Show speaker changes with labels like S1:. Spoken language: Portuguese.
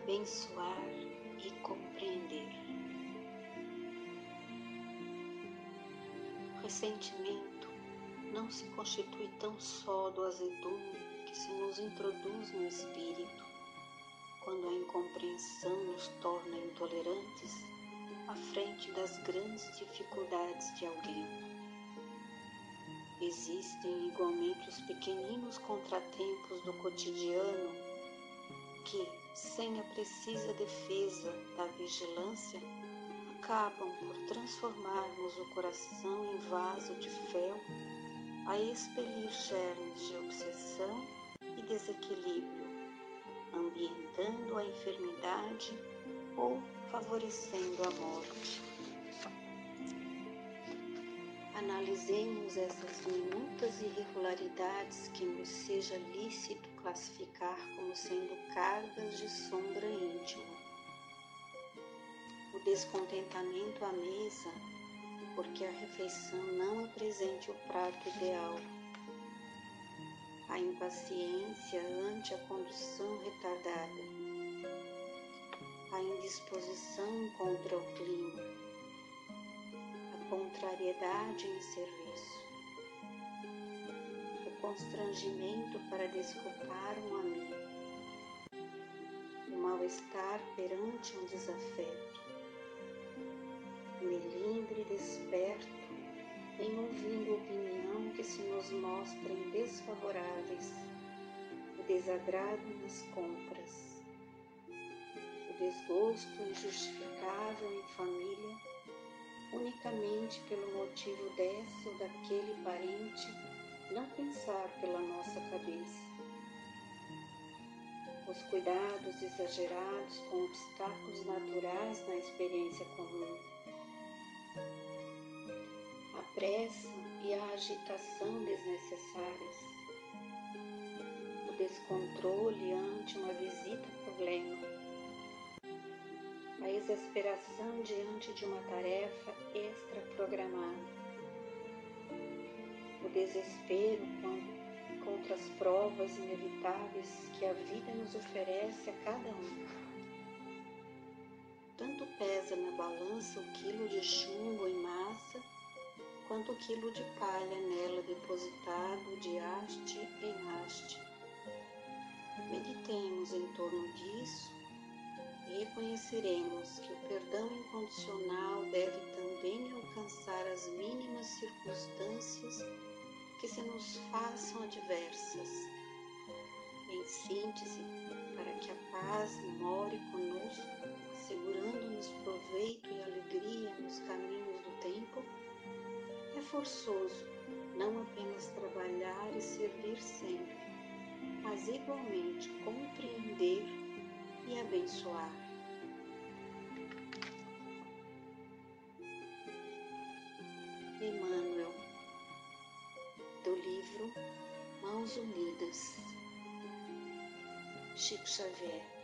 S1: abençoar e compreender. O ressentimento não se constitui tão só do azedume que se nos introduz no espírito, quando a incompreensão nos torna intolerantes à frente das grandes dificuldades de alguém. Existem igualmente os pequeninos contratempos do cotidiano que, sem a precisa defesa da vigilância, acabam por transformar-nos o coração em vaso de fel a expelir germes de obsessão e desequilíbrio, ambientando a enfermidade ou favorecendo a morte. Analisemos essas diminutas irregularidades que nos seja lícito classificar como sendo cargas de sombra íntima. O descontentamento à mesa, porque a refeição não apresente o prato ideal. A impaciência ante a condução retardada. A indisposição contra o clima. A contrariedade em serviço. O constrangimento para desculpar um amigo. O mal-estar perante um desafeto. O melindre desperto em ouvindo opinião que se nos mostrem desfavoráveis, o desagrado nas compras, o desgosto injustificável em família, unicamente pelo motivo desse ou daquele parente não pensar pela nossa cabeça, os cuidados exagerados com obstáculos naturais na experiência comum, a pressa e a agitação desnecessárias, o descontrole ante uma visita problema, a exasperação diante de uma tarefa extra-programada, o desespero contra as provas inevitáveis que a vida nos oferece a cada um. Tanto pesa na balança o quilo de chumbo em massa, quanto o quilo de palha nela depositado de haste em haste. Meditemos em torno disso e reconheceremos que o perdão incondicional deve também alcançar as mínimas circunstâncias que se nos façam adversas. Em síntese, para que a paz more conosco, assegurando-nos proveito e alegria nos caminhos do tempo, é forçoso não apenas trabalhar e servir sempre, mas igualmente compreender e abençoar. Emmanuel, do livro Mãos Unidas, Chico Xavier.